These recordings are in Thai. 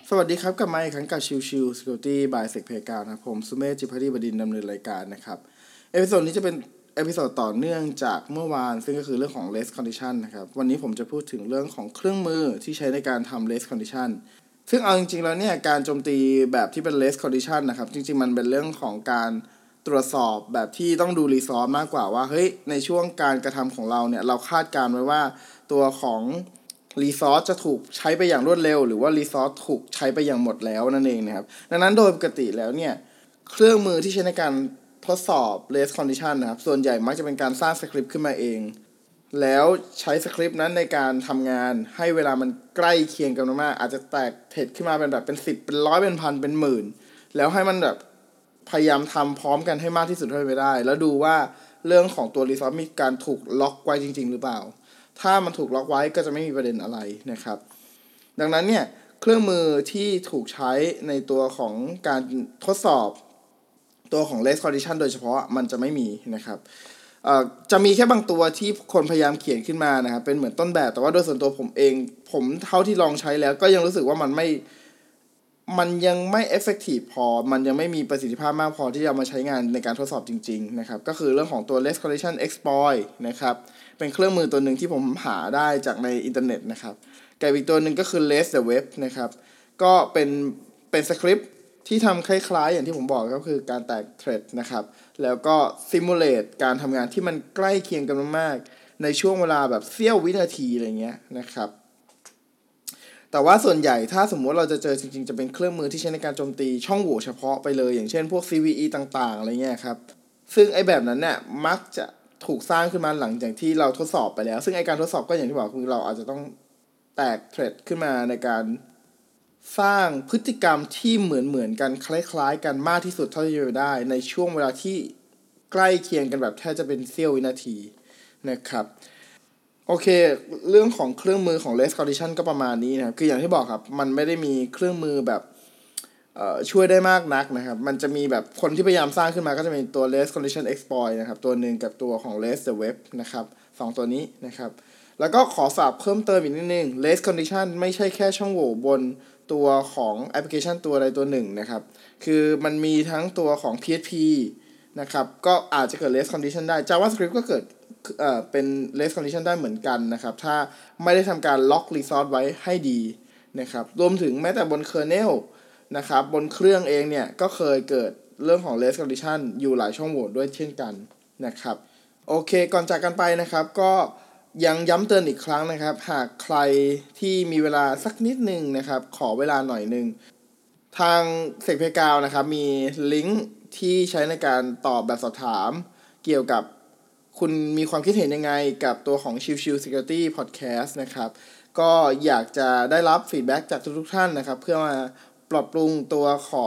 สวัสดีครับกลับมาอีกครั้งกับชิว Security by Sec เพกาครับผมสุเมธ จิภัทริบดินทร์ดำเนินรายการนะครับเอพิโซดนี้จะเป็นเอพิโซดต่อเนื่องจากเมื่อวานซึ่งก็คือเรื่องของ race condition นะครับวันนี้ผมจะพูดถึงเรื่องของเครื่องมือที่ใช้ในการทำ race condition ซึ่งเอาจริงๆแล้วเนี่ยการโจมตีแบบที่เป็น race condition นะครับจริงๆมันเป็นเรื่องของการตรวจสอบแบบที่ต้องดู resource มากกว่าว่าเฮ้ยในช่วงการกระทำของเราเนี่ยเราคาดการณ์ไว้ว่าตัวของรีซอสจะถูกใช้ไปอย่างรวดเร็วหรือว่ารีซอสถูกใช้ไปอย่างหมดแล้วนั่นเองนะครับดังนั้นโดยปกติแล้วเนี่ยเครื่องมือที่ใช้ในการทดสอบ race condition นะครับส่วนใหญ่มักจะเป็นการสร้างสคริปต์ขึ้นมาเองแล้วใช้สคริปต์นั้นในการทำงานให้เวลามันใกล้เคียงกันมากอาจจะแตกเท็ดขึ้นมาเป็นแบบเป็น10เป็น100เป็นพันเป็นหมื่นแล้วให้มันแบบพยายามทำพร้อมกันให้มากที่สุดเท่าที่ไปได้แล้วดูว่าเรื่องของตัวรีซอสมีการถูกล็อกไว้จริงๆหรือเปล่าถ้ามันถูกล็อกไว้ก็จะไม่มีประเด็นอะไรนะครับดังนั้นเนี่ยเครื่องมือที่ถูกใช้ในตัวของการทดสอบตัวของ race condition โดยเฉพาะมันจะไม่มีนะครับจะมีแค่บางตัวที่คนพยายามเขียนขึ้นมานะครับเป็นเหมือนต้นแบบแต่ว่าโดยส่วนตัวผมเองผมเท่าที่ลองใช้แล้วก็ยังรู้สึกว่ามันยังไม่ effective พอมันยังไม่มีประสิทธิภาพมากพอที่จะมาใช้งานในการทดสอบจริงๆนะครับก็คือเรื่องของตัว race condition exploit นะครับเป็นเครื่องมือตัวหนึ่งที่ผมหาได้จากในอินเทอร์เน็ตนะครับกับอีกตัวหนึ่งก็คือ race the web นะครับก็เป็นสคริปต์ที่ทำคล้ายๆอย่างที่ผมบอกก็คือการแตกเทรดนะครับแล้วก็ simulate การทำงานที่มันใกล้เคียงกันมากๆในช่วงเวลาแบบเสี้ยววินาทีอะไรเงี้ยนะครับแต่ว่าส่วนใหญ่ถ้าสมมติเราจะเจอจริงๆจะเป็นเครื่องมือที่ใช้ในการโจมตีช่องโหว่เฉพาะไปเลยอย่างเช่นพวก CVE ต่างๆอะไรเงี้ยครับซึ่งไอ้แบบนั้นเนี่ยมักจะถูกสร้างขึ้นมาหลังจากที่เราทดสอบไปแล้วซึ่งไอ้การทดสอบก็อย่างที่บอกคือเราอาจจะต้องแตกเทรดขึ้นมาในการสร้างพฤติกรรมที่เหมือนกันคล้ายๆกันมากที่สุดเท่าที่จะได้ในช่วงเวลาที่ใกล้เคียงกันแบบแทบจะเป็นเสี้ยววินาทีนะครับโอเคเรื่องของเครื่องมือของ race condition ก็ประมาณนี้นะครับคืออย่างที่บอกครับมันไม่ได้มีเครื่องมือแบบช่วยได้มากนักนะครับมันจะมีแบบคนที่พยายามสร้างขึ้นมาก็จะมีตัว race condition exploit นะครับตัวหนึ่งกับตัวของ race the web นะครับ2ตัวนี้นะครับแล้วก็ขอฝากเพิ่มเติมอีกนิดนึง race condition ไม่ใช่แค่ช่องโหว่บนตัวของแอปพลิเคชันตัวใดตัวหนึ่งนะครับคือมันมีทั้งตัวของ PHP นะครับก็อาจจะเกิด race condition ได้ JavaScript ก็เกิดเป็น race condition ได้เหมือนกันนะครับถ้าไม่ได้ทำการล็อก resource ไว้ให้ดีนะครับรวมถึงแม้แต่บน kernel นะครับบนเครื่องเองเนี่ยก็เคยเกิดเรื่องของ race condition อยู่หลายช่องโหว่ด้วยเช่นกันนะครับโอเคก่อนจากกันไปนะครับก็ยังย้ำเตือนอีกครั้งนะครับหากใครที่มีเวลาสักนิดนึงนะครับขอเวลาหน่อยนึงทางเซกเพกาวนะครับมีลิงก์ที่ใช้ในการตอบแบบสอบถามเกี่ยวกับคุณมีความคิดเห็นยังไงกับตัวของชิว Security Podcast นะครับก็อยากจะได้รับฟีดแบ็กจากทุกท่านนะครับเพื่อมาปรับปรุงตัวของ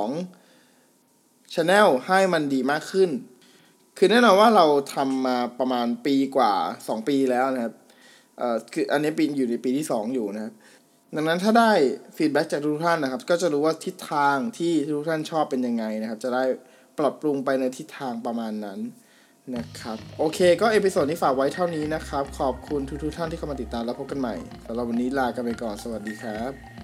Channel ให้มันดีมากขึ้นคือแน่นอนว่าเราทำมาประมาณปีกว่า2ปีแล้วนะครับคืออันนี้ปีอยู่ในปีที่2อยู่นะครับดังนั้นถ้าได้ฟีดแบ็กจากทุกท่านนะครับก็จะรู้ว่าทิศทางที่ทุกท่านชอบเป็นยังไงนะครับจะได้ปรับปรุงไปในทิศทางประมาณนั้นนะครับโอเคก็เอพิโซดนี้ฝากไว้เท่านี้นะครับขอบคุณทุกท่านที่เข้ามาติดตามแล้วพบกันใหม่สำหรับวันนี้ลากันไปก่อนสวัสดีครับ